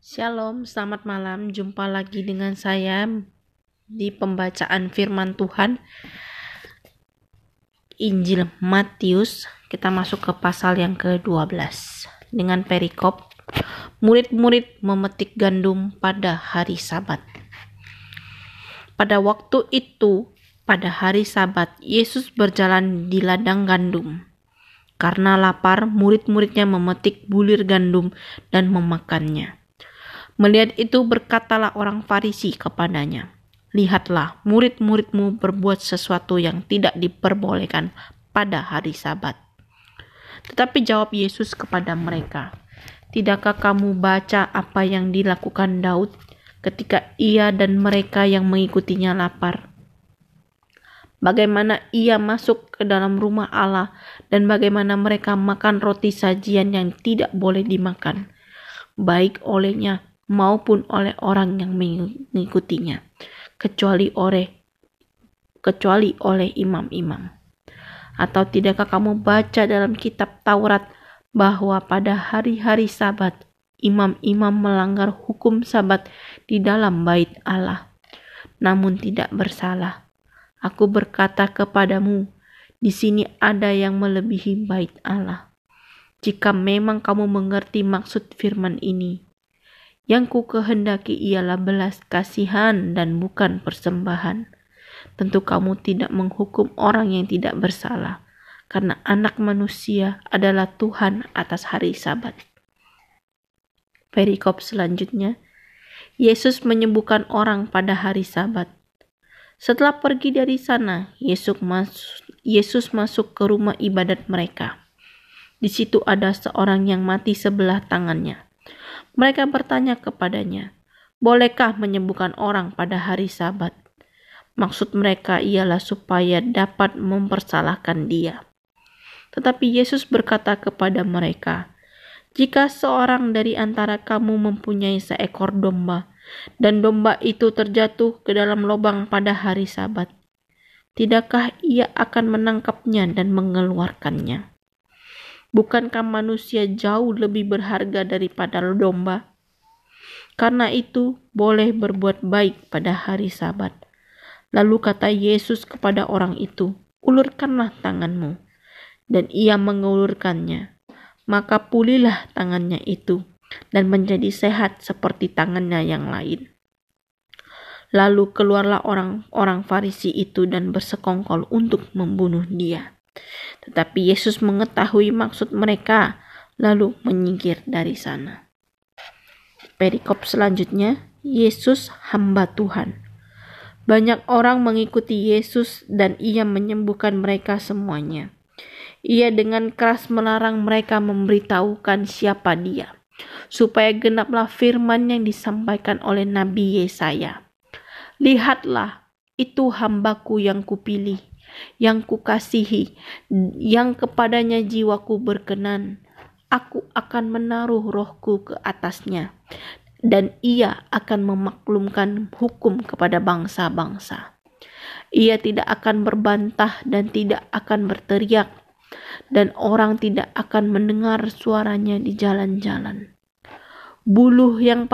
Shalom, selamat malam. Jumpa lagi dengan saya di pembacaan firman Tuhan Injil Matius. Kita masuk ke pasal yang ke-12 dengan perikop murid-murid memetik gandum pada hari Sabat. Pada waktu itu, pada hari Sabat, Yesus berjalan di ladang gandum. Karena lapar, murid-muridnya memetik bulir gandum dan memakannya. Melihat itu berkatalah orang Farisi kepadanya, "Lihatlah, murid-muridmu berbuat sesuatu yang tidak diperbolehkan pada hari Sabat." Tetapi jawab Yesus kepada mereka, "Tidakkah kamu baca apa yang dilakukan Daud ketika ia dan mereka yang mengikutinya lapar? Bagaimana ia masuk ke dalam rumah Allah dan bagaimana mereka makan roti sajian yang tidak boleh dimakan, baik olehnya maupun oleh orang yang mengikutinya, kecuali oleh imam-imam. Atau tidakkah kamu baca dalam kitab Taurat bahwa pada hari-hari Sabat imam-imam melanggar hukum Sabat di dalam bait Allah, namun tidak bersalah? Aku berkata kepadamu, di sini ada yang melebihi bait Allah. Jika memang kamu mengerti maksud firman ini, yang ku kehendaki ialah belas kasihan dan bukan persembahan. Tentu kamu tidak menghukum orang yang tidak bersalah, karena Anak Manusia adalah Tuhan atas hari Sabat." Perikop selanjutnya, Yesus menyembuhkan orang pada hari Sabat. Setelah pergi dari sana, Yesus masuk ke rumah ibadat mereka. Di situ ada seorang yang mati sebelah tangannya. Mereka bertanya kepadanya, "Bolehkah menyembuhkan orang pada hari Sabat?" Maksud mereka ialah supaya dapat mempersalahkan dia. Tetapi Yesus berkata kepada mereka, "Jika seorang dari antara kamu mempunyai seekor domba, dan domba itu terjatuh ke dalam lubang pada hari Sabat, tidakkah ia akan menangkapnya dan mengeluarkannya? Bukankah manusia jauh lebih berharga daripada domba? Karena itu boleh berbuat baik pada hari Sabat." Lalu kata Yesus kepada orang itu, "Ulurkanlah tanganmu." Dan ia mengulurkannya. Maka pulihlah tangannya itu dan menjadi sehat seperti tangannya yang lain. Lalu keluarlah orang-orang Farisi itu dan bersekongkol untuk membunuh dia. Tetapi Yesus mengetahui maksud mereka, lalu menyingkir dari sana. Perikop selanjutnya, Yesus hamba Tuhan. Banyak orang mengikuti Yesus dan ia menyembuhkan mereka semuanya. Ia dengan keras melarang mereka memberitahukan siapa dia, supaya genaplah firman yang disampaikan oleh Nabi Yesaya. "Lihatlah, itu hambaku yang kupilih, yang kukasihi, yang kepadanya jiwaku berkenan. Aku akan menaruh rohku ke atasnya, dan ia akan memaklumkan hukum kepada bangsa-bangsa. Ia tidak akan berbantah dan tidak akan berteriak, dan orang tidak akan mendengar suaranya di jalan-jalan. Buluh yang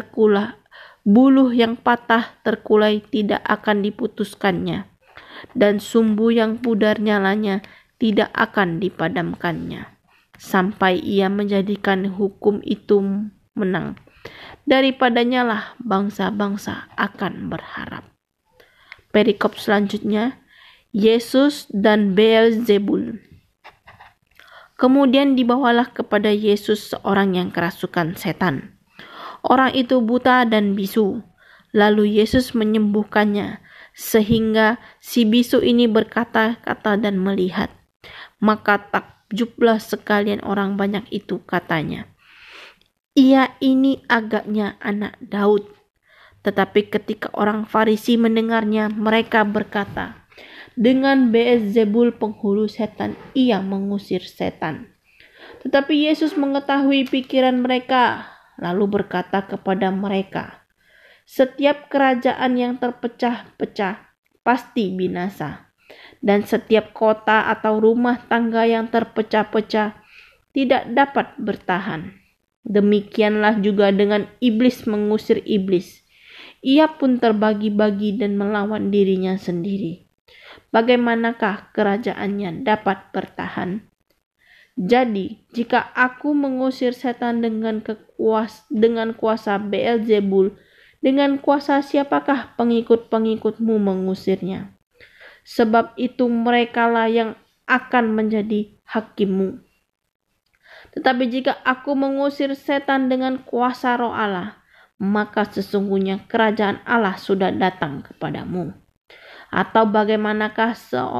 patah terkulai tidak akan diputuskannya, dan sumbu yang pudar nyalanya tidak akan dipadamkannya, sampai ia menjadikan hukum itu menang. Daripadanya lah bangsa-bangsa akan berharap." Perikop selanjutnya, Yesus dan Beelzebul. Kemudian dibawalah kepada Yesus seorang yang kerasukan setan. Orang itu buta dan bisu. Lalu Yesus menyembuhkannya, sehingga si bisu ini berkata-kata dan melihat. Maka takjublah sekalian orang banyak itu, katanya, "Ia ini agaknya anak Daud." Tetapi ketika orang Farisi mendengarnya, mereka berkata, "Dengan Beelzebul penghulu setan ia mengusir setan." Tetapi Yesus mengetahui pikiran mereka, lalu berkata kepada mereka, "Setiap kerajaan yang terpecah-pecah pasti binasa, dan setiap kota atau rumah tangga yang terpecah-pecah tidak dapat bertahan. Demikianlah juga dengan iblis mengusir iblis. Ia pun terbagi-bagi dan melawan dirinya sendiri. Bagaimanakah kerajaannya dapat bertahan? Jadi, jika aku mengusir setan dengan kuasa Beelzebul, dengan kuasa siapakah pengikut-pengikutmu mengusirnya? Sebab itu merekalah yang akan menjadi hakimmu. Tetapi jika aku mengusir setan dengan kuasa Roh Allah, maka sesungguhnya kerajaan Allah sudah datang kepadamu. Atau bagaimanakah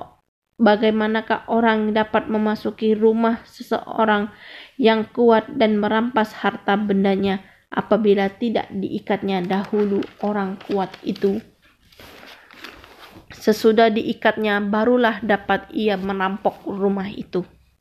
orang dapat memasuki rumah seseorang yang kuat dan merampas harta bendanya apabila tidak diikatnya dahulu orang kuat itu? Sesudah diikatnya, barulah dapat ia merampok rumah itu.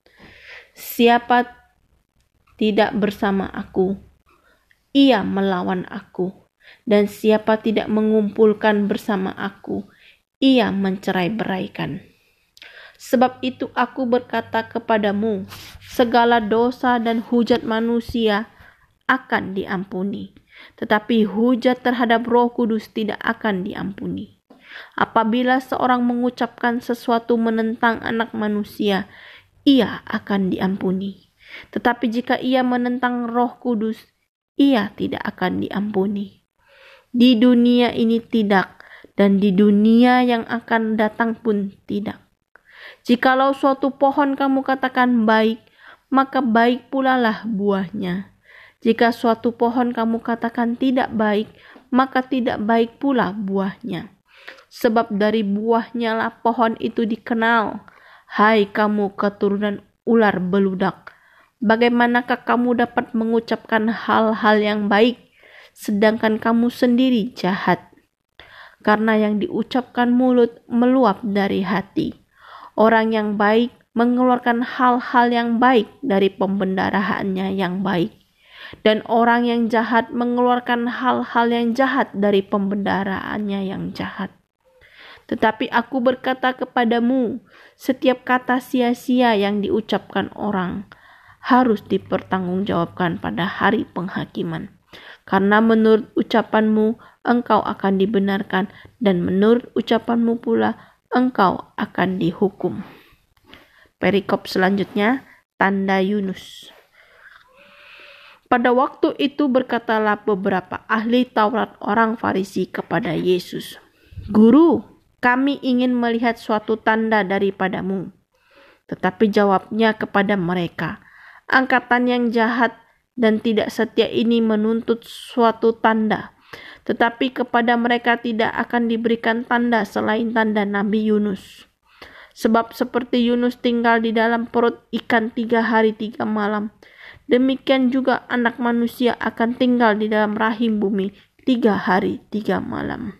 Siapa tidak bersama aku, ia melawan aku. Dan siapa tidak mengumpulkan bersama aku, ia mencerai-beraikan. Sebab itu aku berkata kepadamu, segala dosa dan hujat manusia akan diampuni, tetapi hujat terhadap Roh Kudus tidak akan diampuni. Apabila seorang mengucapkan sesuatu menentang Anak Manusia, ia akan diampuni. Tetapi jika ia menentang Roh Kudus, ia tidak akan diampuni. Di dunia ini tidak, dan di dunia yang akan datang pun tidak. Jikalau suatu pohon kamu katakan baik, maka baik pula lah buahnya. Jika suatu pohon kamu katakan tidak baik, maka tidak baik pula buahnya. Sebab dari buahnya lah pohon itu dikenal. Hai kamu keturunan ular beludak, bagaimanakah kamu dapat mengucapkan hal-hal yang baik, sedangkan kamu sendiri jahat? Karena yang diucapkan mulut meluap dari hati. Orang yang baik mengeluarkan hal-hal yang baik dari pembendaharaannya yang baik. Dan orang yang jahat mengeluarkan hal-hal yang jahat dari pembendaharaannya yang jahat. Tetapi aku berkata kepadamu, setiap kata sia-sia yang diucapkan orang harus dipertanggungjawabkan pada hari penghakiman. Karena menurut ucapanmu engkau akan dibenarkan, dan menurut ucapanmu pula engkau akan dihukum. Perikop selanjutnya, tanda Yunus. Pada waktu itu berkatalah beberapa ahli Taurat orang Farisi kepada Yesus, Guru, kami ingin melihat suatu tanda daripadamu. Tetapi jawabnya kepada mereka, angkatan yang jahat dan tidak setia ini menuntut suatu tanda. Tetapi kepada mereka tidak akan diberikan tanda selain tanda Nabi Yunus. Sebab seperti Yunus tinggal di dalam perut ikan 3 hari 3 malam, demikian juga Anak Manusia akan tinggal di dalam rahim bumi 3 hari 3 malam.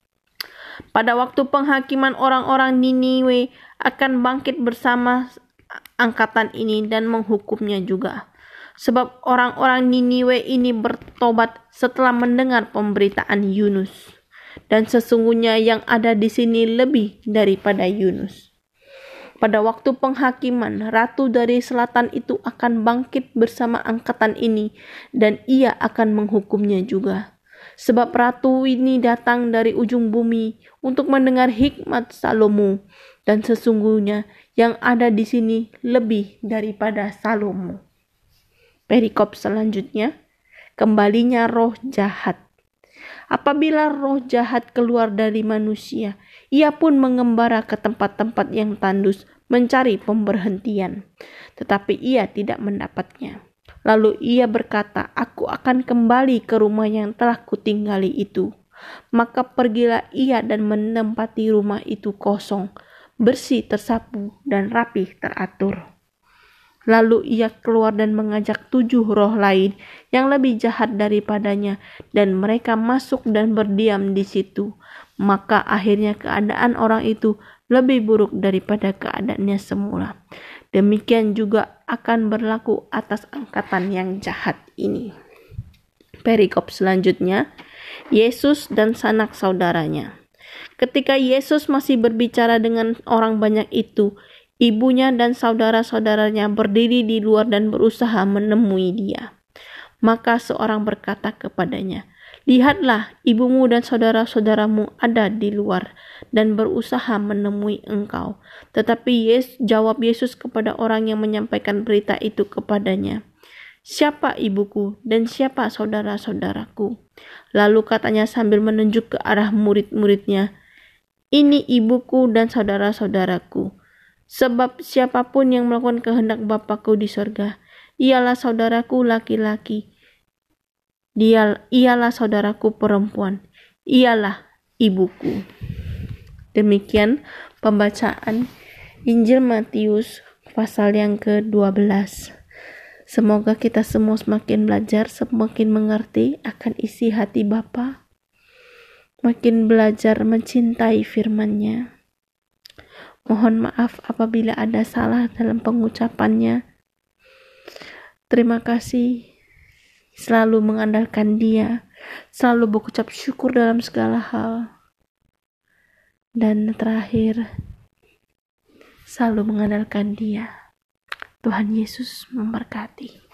Pada waktu penghakiman orang-orang Niniwe akan bangkit bersama angkatan ini dan menghukumnya juga. Sebab orang-orang Niniwe ini bertobat setelah mendengar pemberitaan Yunus. Dan sesungguhnya yang ada di sini lebih daripada Yunus. Pada waktu penghakiman, ratu dari selatan itu akan bangkit bersama angkatan ini dan ia akan menghukumnya juga. Sebab ratu ini datang dari ujung bumi untuk mendengar hikmat Salomo, dan sesungguhnya yang ada di sini lebih daripada Salomo. Perikop selanjutnya, kembalinya roh jahat. Apabila roh jahat keluar dari manusia, ia pun mengembara ke tempat-tempat yang tandus mencari pemberhentian, tetapi ia tidak mendapatnya. Lalu ia berkata, aku akan kembali ke rumah yang telah kutinggali itu. Maka pergilah ia dan menempati rumah itu kosong, bersih, tersapu, dan rapih teratur. Lalu ia keluar dan mengajak 7 roh lain yang lebih jahat daripadanya, dan mereka masuk dan berdiam di situ. Maka akhirnya keadaan orang itu lebih buruk daripada keadaannya semula. Demikian juga akan berlaku atas angkatan yang jahat ini. Perikop selanjutnya, Yesus dan sanak saudaranya. Ketika Yesus masih berbicara dengan orang banyak itu, ibunya dan saudara-saudaranya berdiri di luar dan berusaha menemui dia. Maka seorang berkata kepadanya, "Lihatlah, ibumu dan saudara-saudaramu ada di luar dan berusaha menemui engkau." Tetapi jawab Yesus kepada orang yang menyampaikan berita itu kepadanya, "Siapa ibuku dan siapa saudara-saudaraku?" Lalu katanya sambil menunjuk ke arah murid-muridnya, "Ini ibuku dan saudara-saudaraku. Sebab siapapun yang melakukan kehendak Bapa-Ku di sorga, ialah saudaraku laki-laki, ialah saudaraku perempuan, ialah ibuku." Demikian pembacaan Injil Matius pasal yang ke-12. Semoga kita semua semakin belajar, semakin mengerti akan isi hati Bapa, makin belajar mencintai firman-Nya. Mohon maaf apabila ada salah dalam pengucapannya. Terima kasih, selalu mengandalkan Dia, selalu berucap syukur dalam segala hal. Dan terakhir, selalu mengandalkan Dia. Tuhan Yesus memberkati.